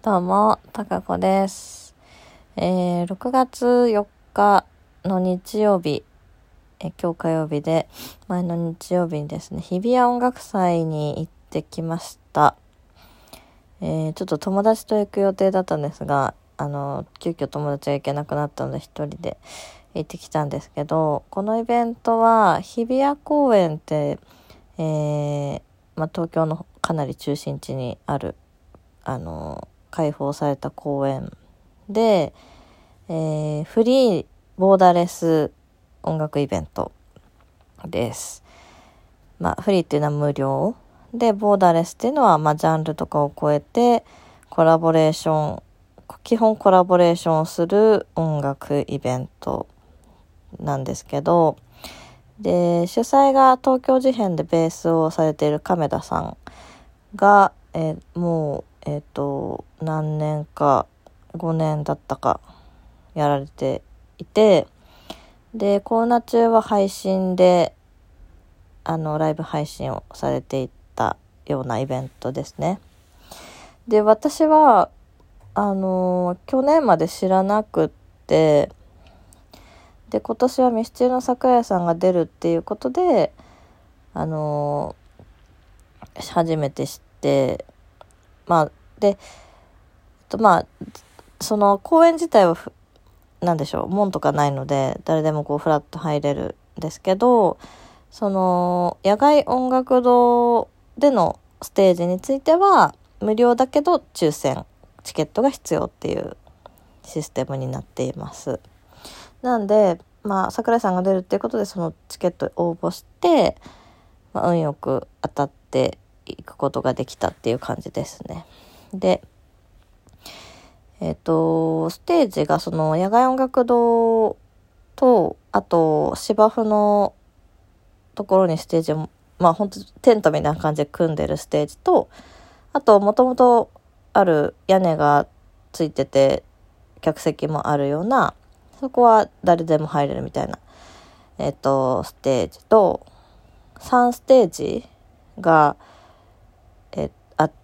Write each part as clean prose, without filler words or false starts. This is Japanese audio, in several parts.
どうも、たかこです。6月4日の日曜日、今日火曜日で、前の日曜日にですね、日比谷音楽祭に行ってきました。ちょっと友達と行く予定だったんですが、急遽友達が行けなくなったので一人で行ってきたんですけど、このイベントは日比谷公園って、東京のかなり中心地にある、開放された公園で、フリーボーダーレス音楽イベントです。フリーっていうのは無料で、ボーダーレスっていうのは、ジャンルとかを超えて基本コラボレーションする音楽イベントなんですけど、で、主催が東京事変でベースをされている亀田さんが、何年か5年だったかやられていて、でコロナ中は配信でライブ配信をされていたようなイベントですね。で、私は去年まで知らなくって、で今年はミスチルの桜井さんが出るっていうことで初めて知って、その公演自体は門とかないので誰でもフラッと入れるんですけど、その野外音楽堂でのステージについては無料だけど抽選チケットが必要っていうシステムになっています。なんで桜井さんが出るっていうことでそのチケット応募して、運よく当たっていくことができたっていう感じですね。でステージがその野外音楽堂と、あと芝生のところにステージを本当テントみたいな感じで組んでるステージと、あともともとある屋根がついてて客席もあるような、そこは誰でも入れるみたいなステージと3ステージが、あって、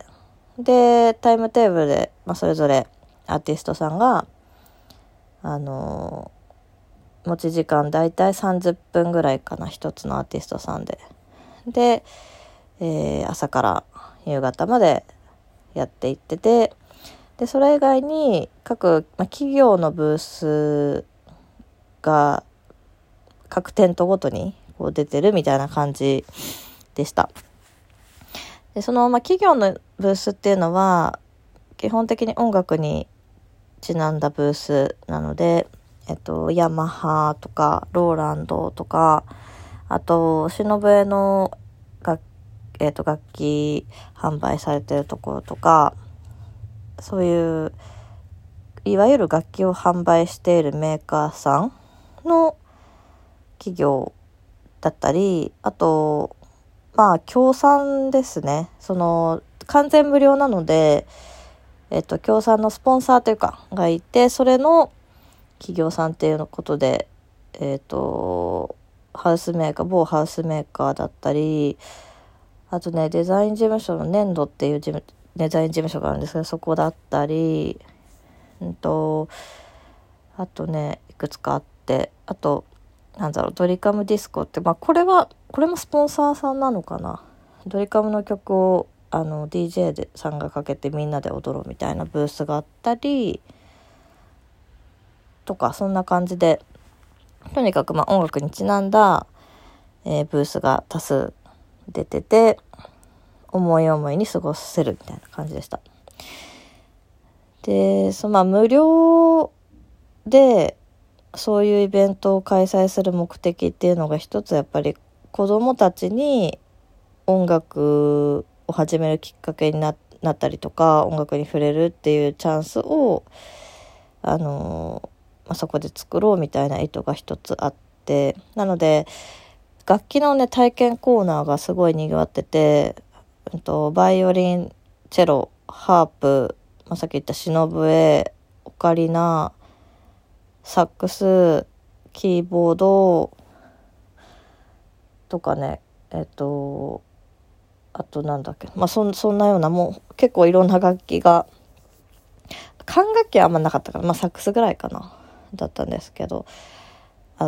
でタイムテーブルで、それぞれアーティストさんが持ち時間だいたい30分ぐらいかな、一つのアーティストさんで、朝から夕方までやっていってて、でそれ以外に各、企業のブースが各テントごとに出てるみたいな感じでした。でその、企業のブースっていうのは基本的に音楽にちなんだブースなので、ヤマハとかローランドとか、あと篠笛の楽器販売されてるところとか、そういういわゆる楽器を販売しているメーカーさんの企業だったり、あと協賛ですね。その完全無料なので、協賛のスポンサーというかがいて、それの企業さんっていうことで、某ハウスメーカーだったり、あとね、デザイン事務所の粘土っていうデザイン事務所があるんですけど、そこだったり、あとね、いくつかあって、あとドリカムディスコって、これもスポンサーさんなのかな。ドリカムの曲をDJ さんがかけてみんなで踊ろうみたいなブースがあったりとか、そんな感じで、とにかく音楽にちなんだ、ブースが多数出てて、思い思いに過ごせるみたいな感じでした。で無料でそういうイベントを開催する目的っていうのが一つ、やっぱり子どもたちに音楽を始めるきっかけになったりとか、音楽に触れるっていうチャンスをそこで作ろうみたいな意図が一つあって、なので楽器のね体験コーナーがすごい賑わってて、バイオリン、チェロ、ハープ、さっき言った篠笛、オカリナ、サックス、キーボードとかね、あとそんなような、もう結構いろんな楽器が管楽器はあんまなかったから、サックスぐらいかなだったんですけどあって、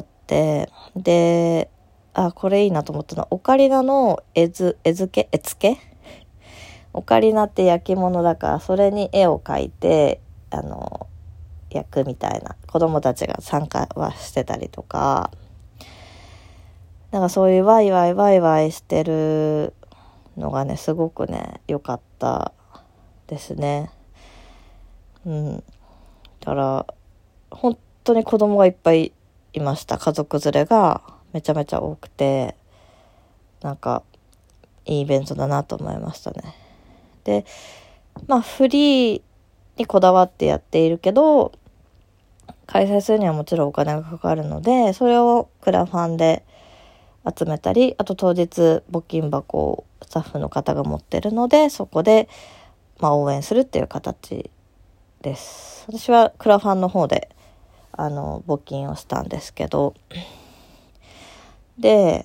でこれいいなと思ったのはオカリナの絵付けオカリナって焼き物だから、それに絵を描いて焼くみたいな、子供たちが参加はしてたりとか、なんかそういうワイワイしてるのがねすごくね良かったですね。だから本当に子供がいっぱいいました。家族連れがめちゃめちゃ多くて、なんかいいイベントだなと思いましたね。でフリーにこだわってやっているけど、開催するにはもちろんお金がかかるので、それをクラファンで集めたり、あと当日募金箱をスタッフの方が持ってるので、そこで応援するっていう形です。私はクラファンの方で募金をしたんですけど、で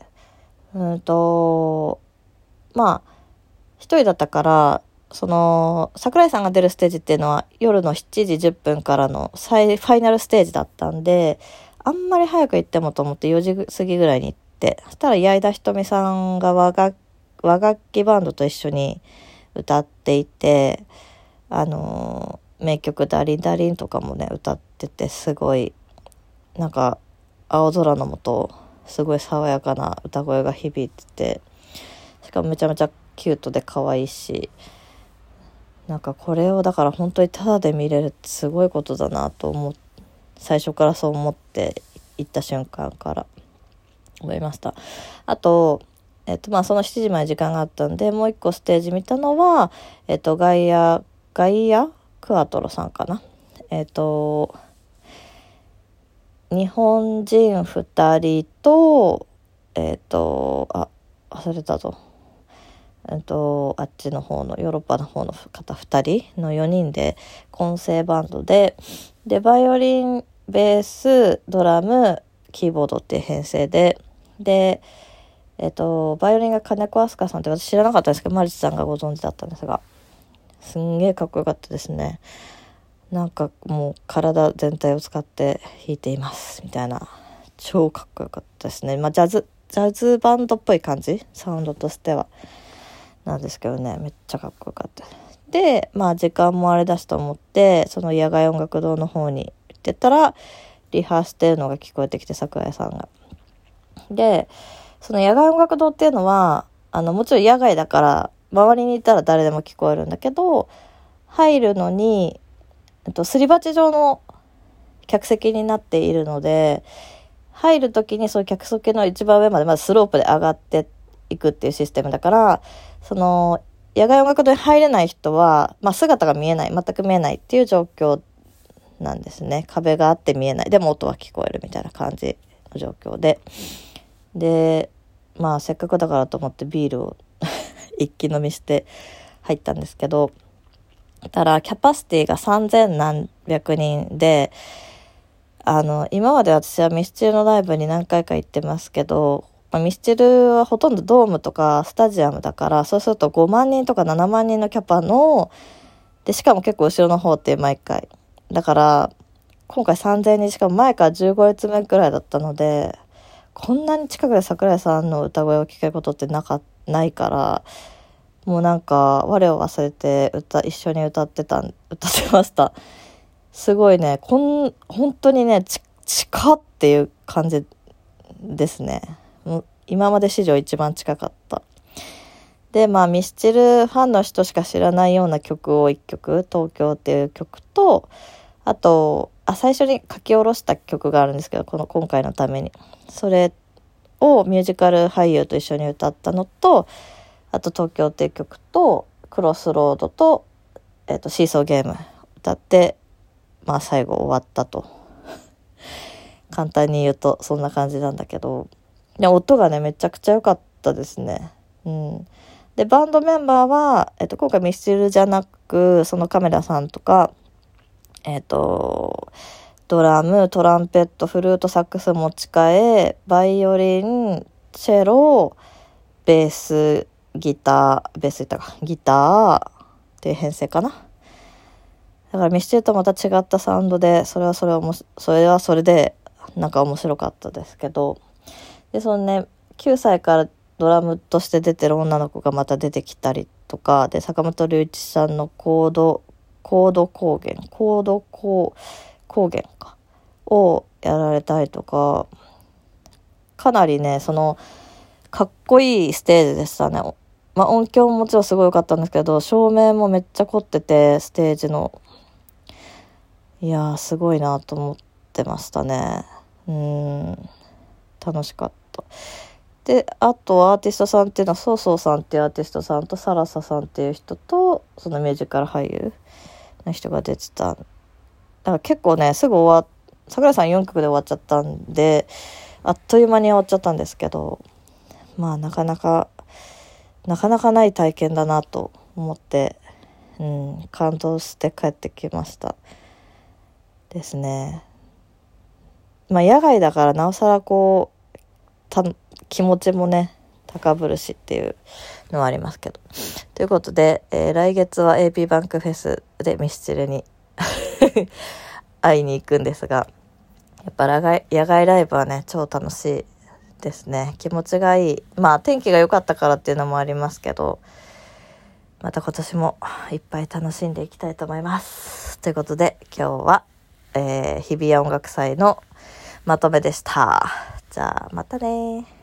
一人だったから、桜井さんが出るステージっていうのは夜の7時10分からのファイナルステージだったんで、あんまり早く行ってもと思って4時過ぎぐらいに行って、そしたら矢井田ひとみさんが和楽器バンドと一緒に歌っていて、名曲ダリンダリンとかもね歌ってて、すごいなんか青空の下すごい爽やかな歌声が響いてて、しかもめちゃめちゃキュートで可愛いし、なんかこれをだから本当にタダで見れるってすごいことだなと最初からそう思って行った瞬間から思いました。あとその7時まで時間があったんで、もう一個ステージ見たのはガイアクアトロさんかな。日本人2人と忘れたぞ。あっちの方のヨーロッパの方の方2人の4人で混声バンドでバイオリン、ベース、ドラム、キーボードっていう編成で、バイオリンが金子飛鳥さんって、私知らなかったんですけど、マリチさんがご存知だったんですが、すんげえかっこよかったですね。なんかもう体全体を使って弾いていますみたいな、超かっこよかったですね。ジャズバンドっぽい感じ、サウンドとしてはなんですけどね、めっちゃかっこよかった。で時間もあれだしと思って、その野外音楽堂の方に行ってたらリハしてるのが聞こえてきて、桜井さんが。でその野外音楽堂っていうのはもちろん野外だから周りにいたら誰でも聞こえるんだけど、入るのにすり鉢状の客席になっているので、入るときにそういう客席の一番上までまずスロープで上がっていくっていうシステムだから、その野外音楽堂に入れない人は、姿が見えない、全く見えないっていう状況なんですね。壁があって見えない、でも音は聞こえるみたいな感じの状況で、せっかくだからと思ってビールを一気飲みして入ったんですけど、たらキャパシティが3000何百人で、今まで私はミスチルのライブに何回か行ってますけど、ミスチルはほとんどドームとかスタジアムだから、そうすると5万人とか7万人のキャパので、しかも結構後ろの方って毎回だから、今回3000人、しかも前から15列目くらいだったので、こんなに近くで桜井さんの歌声を聞けることってないから、もうなんか我を忘れて一緒に歌ってました。すごいね、本当にね、近っていう感じですね。もう今まで史上一番近かった。でミスチルファンの人しか知らないような曲を1曲、東京っていう曲と、あと最初に書き下ろした曲があるんですけど、今回のためにそれをミュージカル俳優と一緒に歌ったのと、あと東京っていう曲とクロスロードと、シーソーゲーム歌って、最後終わったと簡単に言うとそんな感じなんだけど、音がねめちゃくちゃ良かったですね。でバンドメンバーは、今回ミスチルじゃなく、そのカメラさんとかドラム、トランペット、フルート、サックス持ち替え、バイオリン、チェロ、ベース、ギターっていう編成かな。 だからミスチルとまた違ったサウンドで、それはそれでなんか面白かったですけど、でそのね9歳からドラムとして出てる女の子がまた出てきたりとかで、坂本龍一さんのコード高原かをやられたりとか、かなりねそのかっこいいステージでしたね。まあ音響ももちろんすごい良かったんですけど、照明もめっちゃ凝ってて、ステージのいやーすごいなと思ってましたね。楽しかった。であとアーティストさんっていうのはソーソーさんっていうアーティストさんとサラサさんっていう人と、そのミュージカル俳優の人が出てた。だから結構ね桜井さん4曲で終わっちゃったんで、あっという間に終わっちゃったんですけど、まあなかなかない体験だなと思って、感動して帰ってきましたですね。まあ野外だからなおさらこう気持ちもね高ぶるしっていうのはありますけど、ということで、来月は AP バンクフェスでミスチルに会いに行くんですが、やっぱ野外ライブはね超楽しいですね。気持ちがいい。まあ天気が良かったからっていうのもありますけど、また今年もいっぱい楽しんでいきたいと思います。ということで今日は、日比谷音楽祭のまとめでした。じゃあまたね。